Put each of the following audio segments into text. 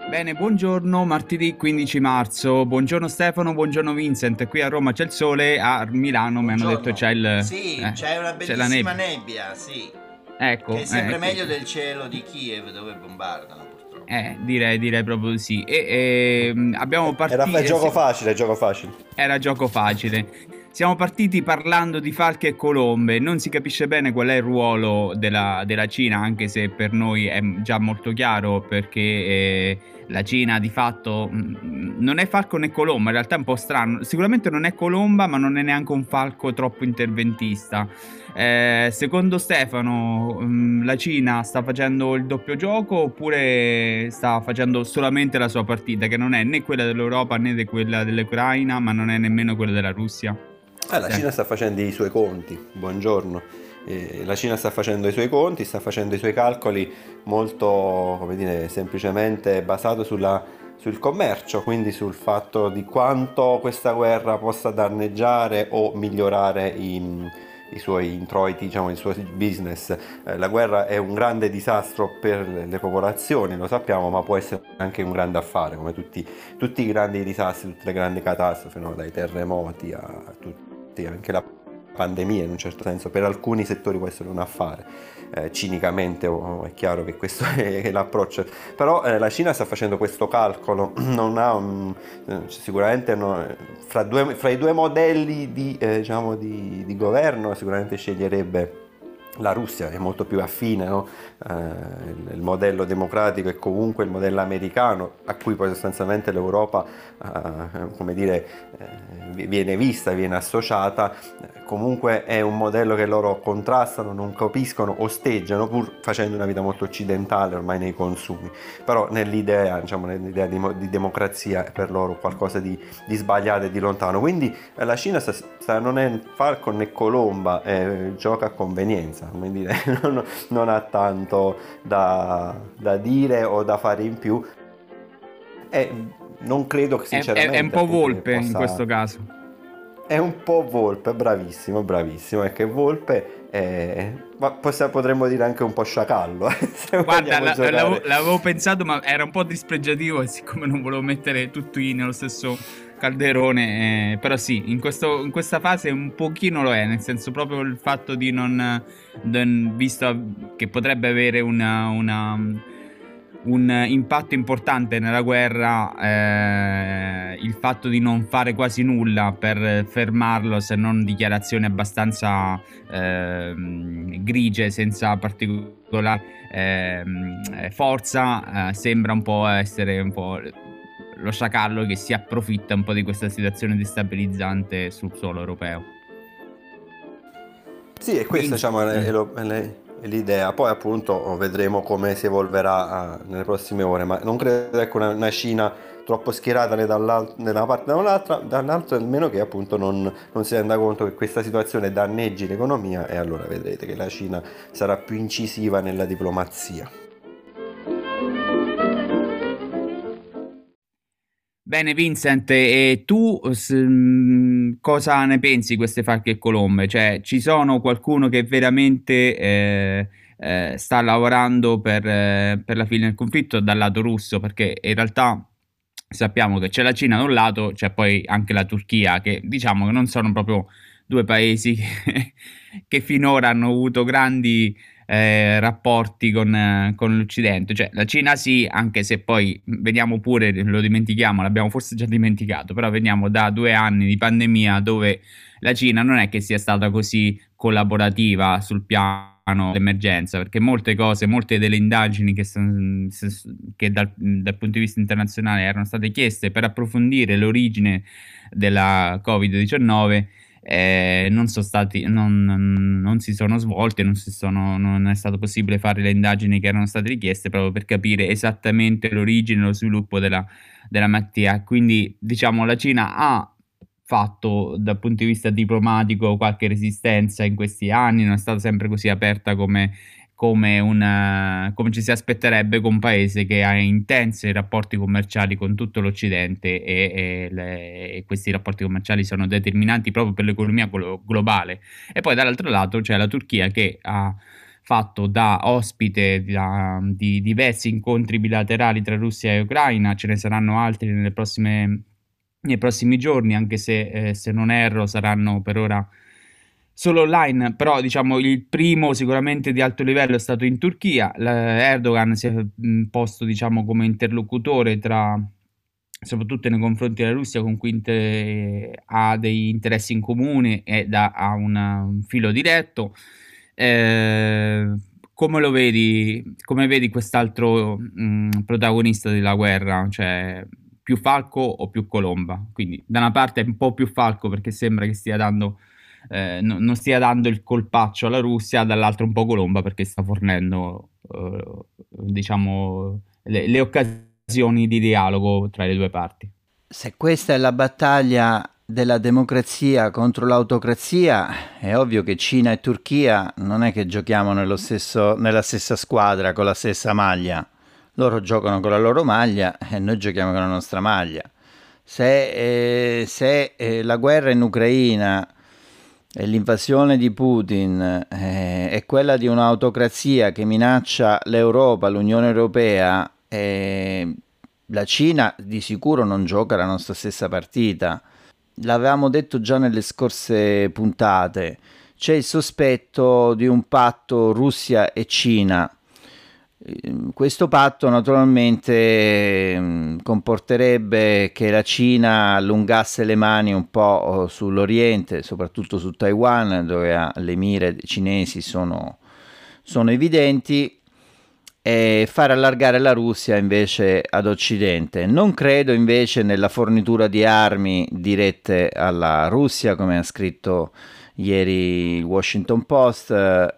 Bene, buongiorno, martedì 15 marzo. Buongiorno Stefano, buongiorno Vincent. Qui a Roma c'è il sole, a Milano mi hanno detto Buongiorno. c'è Sì, c'è una c'è la bellissima nebbia. nebbia, sì, che è Ecco, sempre meglio del cielo di Kiev dove bombardano purtroppo. direi proprio di sì. Abbiamo È partito. gioco facile, è gioco facile. Era gioco facile. Siamo partiti parlando di falche e colombe. Non si capisce bene qual è il ruolo della Cina, anche se per noi è già molto chiaro, perché la Cina di fatto non è falco né colomba. In realtà è un po' strano. Sicuramente non è colomba, ma non è neanche un falco troppo interventista. Secondo Stefano, la Cina sta facendo il doppio gioco oppure sta facendo solamente la sua partita, che non è né quella dell'Europa né quella dell'Ucraina, ma non è nemmeno quella della Russia? La Cina sta facendo i suoi conti, buongiorno. La Cina sta facendo i suoi conti, sta facendo i suoi calcoli molto, come dire, semplicemente basato sul commercio, quindi sul fatto di quanto questa guerra possa danneggiare o migliorare i suoi introiti, diciamo, il suo business. La guerra è un grande disastro per le popolazioni, lo sappiamo, ma può essere anche un grande affare, come tutti i grandi disastri, tutte le grandi catastrofi, no? Dai terremoti a tutti, anche la pandemia in un certo senso, per alcuni settori può essere un affare. Cinicamente è chiaro che questo è l'approccio, però la Cina sta facendo questo calcolo, non ha sicuramente fra i due modelli diciamo di governo sicuramente sceglierebbe la Russia, è molto più affine, no? Il modello democratico è comunque il modello americano, a cui poi sostanzialmente l'Europa come dire, viene vista, viene associata. Comunque è un modello che loro contrastano, non capiscono, osteggiano, pur facendo una vita molto occidentale ormai nei consumi, però nell'idea, diciamo, nell'idea di democrazia è per loro qualcosa di sbagliato e di lontano. Quindi la Cina non è falco né colomba, gioca a convenienza, come dire, non ha tanto da dire o da fare in più, e non credo che È un sinceramente po' appunto che volpe in possa. questo caso. È un po' volpe, bravissimo, bravissimo, è che volpe ma potremmo dire anche un po' sciacallo, se Guarda, vogliamo giocare. l'avevo pensato, ma era un po' dispregiativo, e siccome non volevo mettere tutti nello stesso calderone, però sì, in questa fase un pochino lo è, nel senso proprio il fatto di visto che potrebbe avere un impatto importante nella guerra, il fatto di non fare quasi nulla per fermarlo, se non dichiarazioni abbastanza grigie, senza particolare forza, sembra un po' essere un po' lo sciacallo che si approfitta un po' di questa situazione destabilizzante sul suolo europeo. Sì, e questa Vince. diciamo, è l'idea. Poi appunto vedremo come si evolverà nelle prossime ore, ma non credo ecco, una Cina troppo schierata né né da una parte né dall'altra, dall'altro almeno che appunto non si renda conto che questa situazione danneggi l'economia, e allora vedrete che la Cina sarà più incisiva nella diplomazia. Bene Vincent, e tu cosa ne pensi di queste falche e colombe? Cioè, ci sono qualcuno che veramente sta lavorando per la fine del conflitto dal lato russo? Perché in realtà sappiamo che c'è la Cina da un lato, c'è poi anche la Turchia, che diciamo che non sono proprio due paesi che finora hanno avuto grandi rapporti con l'Occidente. Cioè, la Cina sì, anche se poi veniamo pure, lo dimentichiamo, l'abbiamo forse già dimenticato, però veniamo da 2 anni di pandemia dove la Cina non è che sia stata così collaborativa sul piano dell'emergenza, perché molte cose, molte delle indagini che dal punto di vista internazionale erano state chieste per approfondire l'origine della Covid-19 non sono stati, non si sono svolte, non è stato possibile fare le indagini che erano state richieste proprio per capire esattamente l'origine e lo sviluppo della malattia. Quindi, diciamo, la Cina ha fatto dal punto di vista diplomatico qualche resistenza in questi anni, non è stata sempre così aperta come ci si aspetterebbe con un paese che ha intensi rapporti commerciali con tutto l'Occidente e questi rapporti commerciali sono determinanti proprio per l'economia globale. E poi dall'altro lato c'è la Turchia che ha fatto da ospite di diversi incontri bilaterali tra Russia e Ucraina. Ce ne saranno altri nei prossimi giorni, anche se non erro saranno per ora solo online, però diciamo il primo sicuramente di alto livello è stato in Turchia. Erdogan si è posto, diciamo, come interlocutore soprattutto nei confronti della Russia, con cui ha degli interessi in comune ed ha un filo diretto. Come lo vedi? Come vedi quest'altro protagonista della guerra? Cioè, più Falco o più Colomba? Quindi da una parte è un po' più Falco, perché sembra che stia dando non stia dando il colpaccio alla Russia, dall'altro un po' Colomba perché sta fornendo diciamo le occasioni di dialogo tra le due parti. Se questa è la battaglia della democrazia contro l'autocrazia, è ovvio che Cina e Turchia non è che giochiamo nella stessa squadra con la stessa maglia. Loro giocano con la loro maglia e noi giochiamo con la nostra maglia. Se la guerra in Ucraina e l'invasione di Putin è quella di un'autocrazia che minaccia l'Europa, l'Unione Europea, la Cina di sicuro non gioca la nostra stessa partita. L'avevamo detto già nelle scorse puntate, c'è il sospetto di un patto Russia e Cina. Questo patto naturalmente comporterebbe che la Cina allungasse le mani un po' sull'Oriente, soprattutto su Taiwan, dove le mire cinesi sono evidenti, e far allargare la Russia invece ad Occidente. Non credo invece nella fornitura di armi dirette alla Russia, come ha scritto ieri il Washington Post,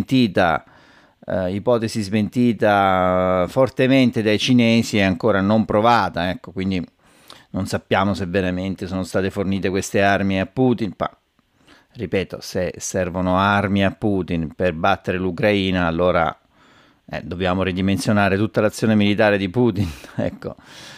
ipotesi smentita fortemente dai cinesi e ancora non provata, ecco, quindi non sappiamo se veramente sono state fornite queste armi a Putin. Ripeto, se servono armi a Putin per battere l'Ucraina, allora dobbiamo ridimensionare tutta l'azione militare di Putin, ecco.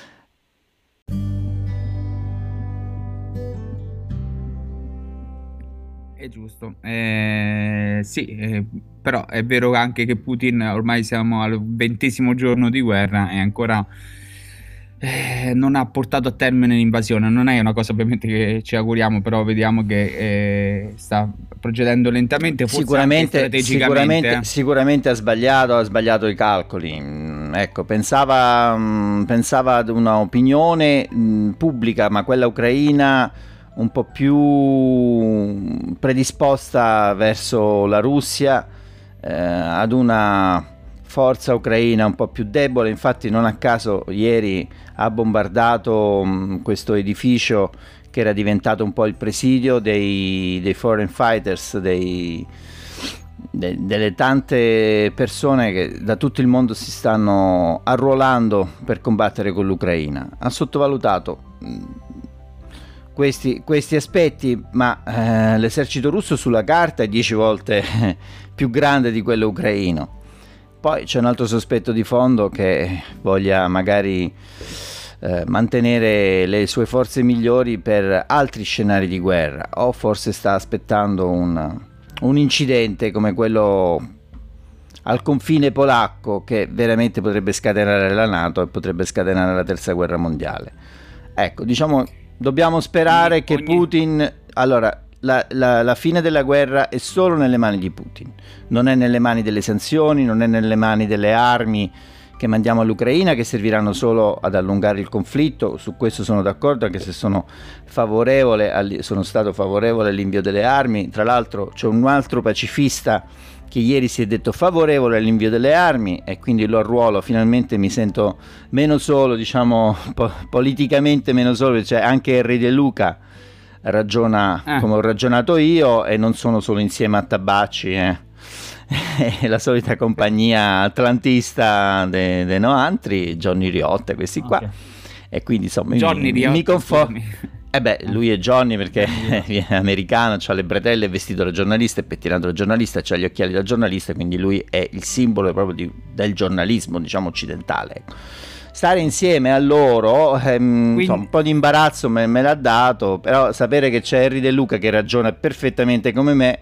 È giusto, sì, però è vero anche che Putin, ormai siamo al 20° giorno di guerra e ancora non ha portato a termine l'invasione. Non è una cosa ovviamente che ci auguriamo, però vediamo che sta procedendo lentamente, forse sicuramente, anche strategicamente. Sicuramente ha sbagliato i calcoli. Ecco, pensava ad una opinione pubblica, ma quella ucraina un po' più predisposta verso la Russia, ad una forza ucraina un po' più debole. Infatti non a caso ieri ha bombardato questo edificio che era diventato un po' il presidio dei foreign fighters, delle tante persone che da tutto il mondo si stanno arruolando per combattere con l'Ucraina. Ha sottovalutato questi aspetti, ma l'esercito russo sulla carta è 10 volte più grande di quello ucraino. Poi c'è un altro sospetto di fondo che voglia magari mantenere le sue forze migliori per altri scenari di guerra, o forse sta aspettando un incidente come quello al confine polacco, che veramente potrebbe scatenare la NATO e potrebbe scatenare la terza guerra mondiale. Ecco, diciamo, dobbiamo sperare che Putin... Allora, la fine della guerra è solo nelle mani di Putin, non è nelle mani delle sanzioni, non è nelle mani delle armi che mandiamo all'Ucraina, che serviranno solo ad allungare il conflitto. Su questo sono d'accordo, anche se sono stato favorevole all'invio delle armi. Tra l'altro c'è un altro pacifista che ieri si è detto favorevole all'invio delle armi, e quindi lo arruolo. Finalmente mi sento meno solo, diciamo, politicamente meno solo. Cioè anche il re De Luca ragiona come ho ragionato io, e non sono solo insieme a Tabacci, la solita compagnia atlantista dei Noantri, Johnny Riotta, questi qua. E quindi insomma mi conformo. Lui è Johnny perché è americano, ha le bretelle, è vestito da giornalista, è pettinato da giornalista, ha gli occhiali da giornalista, quindi lui è il simbolo proprio del giornalismo, diciamo, occidentale. stare insieme a loro, insomma, un po' di imbarazzo me l'ha dato, però sapere che c'è Henry De Luca che ragiona perfettamente come me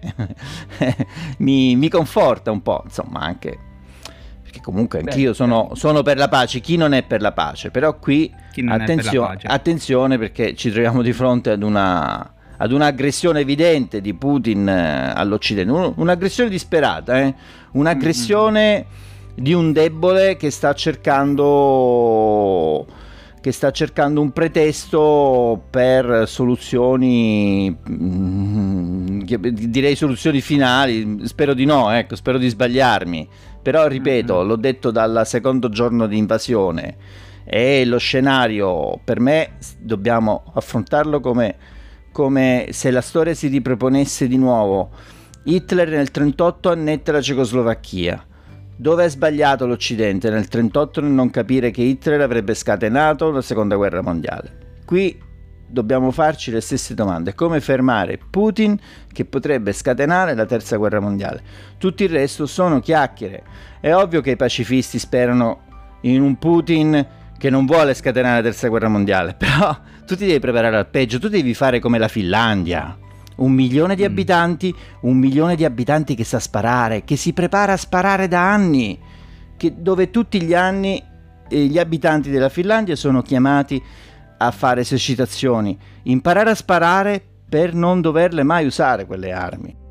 mi conforta un po', insomma, anche perché comunque anch'io sono per la pace, chi non è per la pace, però qui attenzione, perché ci troviamo di fronte ad un'aggressione evidente di Putin all'Occidente, un'aggressione disperata, un'aggressione di un debole che sta cercando un pretesto per soluzioni, direi soluzioni finali. Spero di no, ecco, spero di sbagliarmi, però ripeto, l'ho detto dal secondo giorno di invasione, e lo scenario per me dobbiamo affrontarlo come se la storia si riproponesse di nuovo. Hitler nel 1938 annette la Cecoslovacchia. Dove è sbagliato l'Occidente nel 1938 nel non capire che Hitler avrebbe scatenato la seconda guerra mondiale? Qui dobbiamo farci le stesse domande: come fermare Putin che potrebbe scatenare la terza guerra mondiale? Tutto il resto sono chiacchiere. È ovvio che i pacifisti sperano in un Putin che non vuole scatenare la terza guerra mondiale, però tu ti devi preparare al peggio, tu devi fare come la Finlandia. 1 milione di abitanti, 1 milione di abitanti che sa sparare, che si prepara a sparare da anni, dove tutti gli anni gli abitanti della Finlandia sono chiamati a fare esercitazioni, imparare a sparare per non doverle mai usare quelle armi.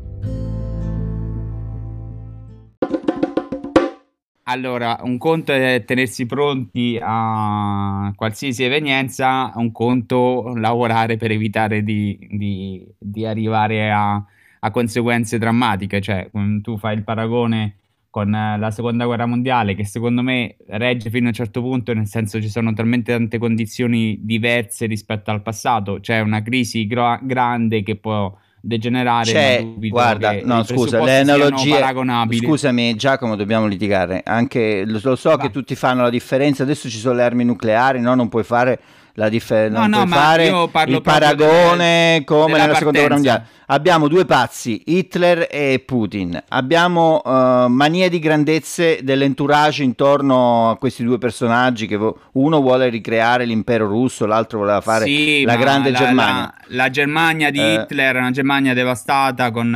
Allora, un conto è tenersi pronti a qualsiasi evenienza, un conto lavorare per evitare di arrivare a conseguenze drammatiche. Cioè, tu fai il paragone con la seconda guerra mondiale, che secondo me regge fino a un certo punto, nel senso ci sono talmente tante condizioni diverse rispetto al passato. C'è una crisi grande che può degenerare. Guarda, no, scusa, le analogie paragonabili. Scusami Giacomo, dobbiamo litigare. Anche lo so che tutti fanno la differenza. Adesso ci sono le armi nucleari, no? Non puoi fare la differenza, non puoi fare il paragone come nella seconda guerra mondiale. Abbiamo due pazzi, Hitler e Putin. Abbiamo manie di grandezze dell'entourage intorno a questi due personaggi, che uno vuole ricreare l'impero russo, l'altro voleva fare la grande Germania. La Germania di Hitler è una Germania devastata, con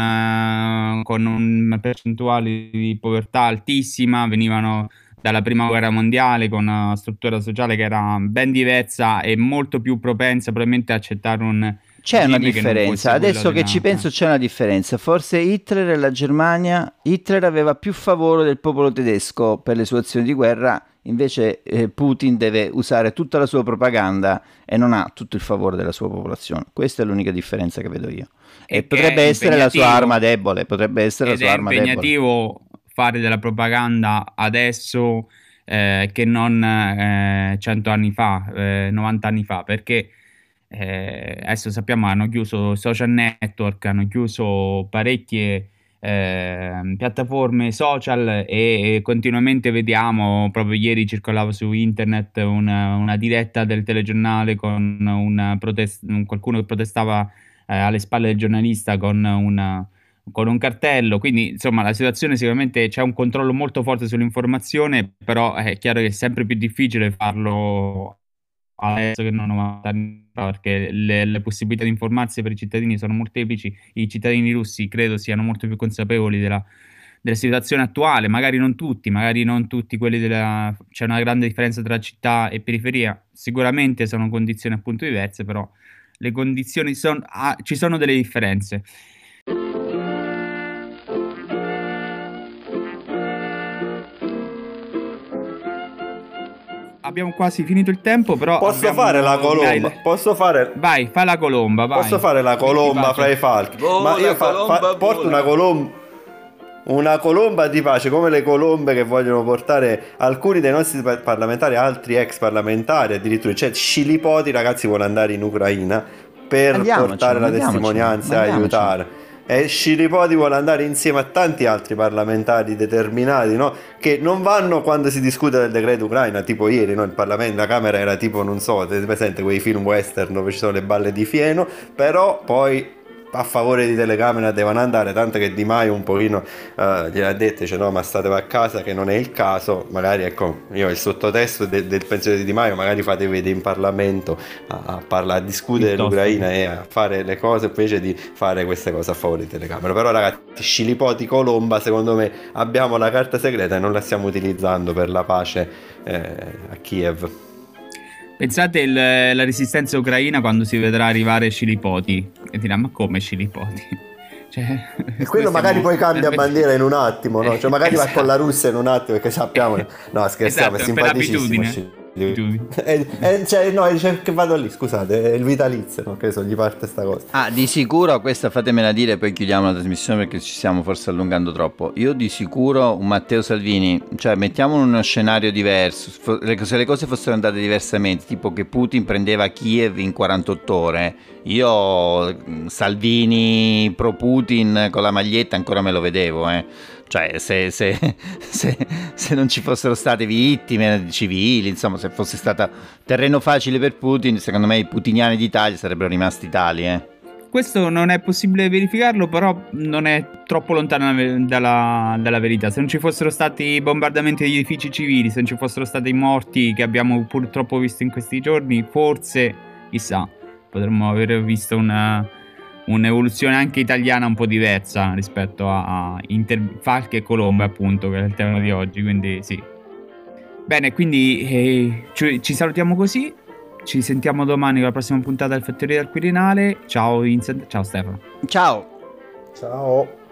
una percentuale di povertà altissima. Venivano dalla prima guerra mondiale, con una struttura sociale che era ben diversa e molto più propensa probabilmente a accettare c'è una differenza, adesso che ci penso c'è una differenza. Forse Hitler e la Germania, Hitler aveva più favore del popolo tedesco per le sue azioni di guerra, invece Putin deve usare tutta la sua propaganda e non ha tutto il favore della sua popolazione. Questa è l'unica differenza che vedo io, e potrebbe essere la sua arma debole, è impegnativo fare della propaganda adesso che non 100 anni fa, 90 anni fa, perché adesso sappiamo hanno chiuso social network, hanno chiuso parecchie piattaforme social e continuamente vediamo, proprio ieri circolava su internet una diretta del telegiornale con qualcuno che protestava alle spalle del giornalista con un cartello. Quindi insomma la situazione, sicuramente c'è un controllo molto forte sull'informazione, però è chiaro che è sempre più difficile farlo adesso che non 90 anni fa, perché le possibilità di informarsi per i cittadini sono molteplici. I cittadini russi credo siano molto più consapevoli della situazione attuale, magari non tutti quelli c'è una grande differenza tra città e periferia, sicuramente sono condizioni appunto diverse, però le condizioni ci sono delle differenze. Abbiamo quasi finito il tempo, però fare la colomba? Vai, fai la colomba, vai. Posso fare la colomba fra i falchi? Ma io porto una colomba di pace, come le colombe che vogliono portare alcuni dei nostri parlamentari, altri ex parlamentari addirittura. Cioè Scilipoti, ragazzi, vuole andare in Ucraina per portare la testimonianza e aiutare. E Scilipoti vuole andare insieme a tanti altri parlamentari determinati, no? Che non vanno quando si discute del decreto Ucraina, tipo ieri, no? Il Parlamento, la Camera era tipo, non so, presente quei film western dove ci sono le balle di fieno, però poi a favore di telecamera devono andare, tanto che Di Maio un pochino gliel'ha detto, dice no, ma statevi a casa che non è il caso. Magari, ecco, io il sottotesto del pensiero di Di Maio, magari fatevi vedere in Parlamento a discutere l'Ucraina e a fare le cose invece di fare queste cose a favore di telecamera. Però ragazzi, scilipoti Colomba, secondo me abbiamo la carta segreta e non la stiamo utilizzando per la pace a Kiev. Pensate la resistenza ucraina quando si vedrà arrivare Scilipoti e dirà ma come Scilipoti? Cioè, e quello magari poi cambia bandiera in un attimo, no? Cioè magari esatto. va con la Russia in un attimo, perché sappiamo, no, scherziamo, Esatto, è simpaticissimo. Cioè, no, dice che vado lì, scusate, è il vitalizio, no? Che so, gli parte sta cosa. Di sicuro, questa fatemela dire, poi chiudiamo la trasmissione perché ci stiamo forse allungando troppo. Io di sicuro un Matteo Salvini, cioè mettiamo uno scenario diverso, se le cose fossero andate diversamente, tipo che Putin prendeva Kiev in 48 ore, io Salvini pro Putin con la maglietta ancora me lo vedevo, Cioè, se non ci fossero state vittime civili, insomma, se fosse stato terreno facile per Putin, secondo me i putiniani d'Italia sarebbero rimasti tali, Questo non è possibile verificarlo, però non è troppo lontano dalla verità. Se non ci fossero stati bombardamenti degli edifici civili, se non ci fossero stati morti che abbiamo purtroppo visto in questi giorni, forse, chissà, potremmo aver visto un'evoluzione anche italiana un po' diversa rispetto a Falche e Colombe, appunto, che è il tema di oggi, quindi sì. Bene, quindi ci salutiamo così, ci sentiamo domani con la prossima puntata del Fattoria del Quirinale. Ciao Vincent, ciao Stefano. Ciao! Ciao!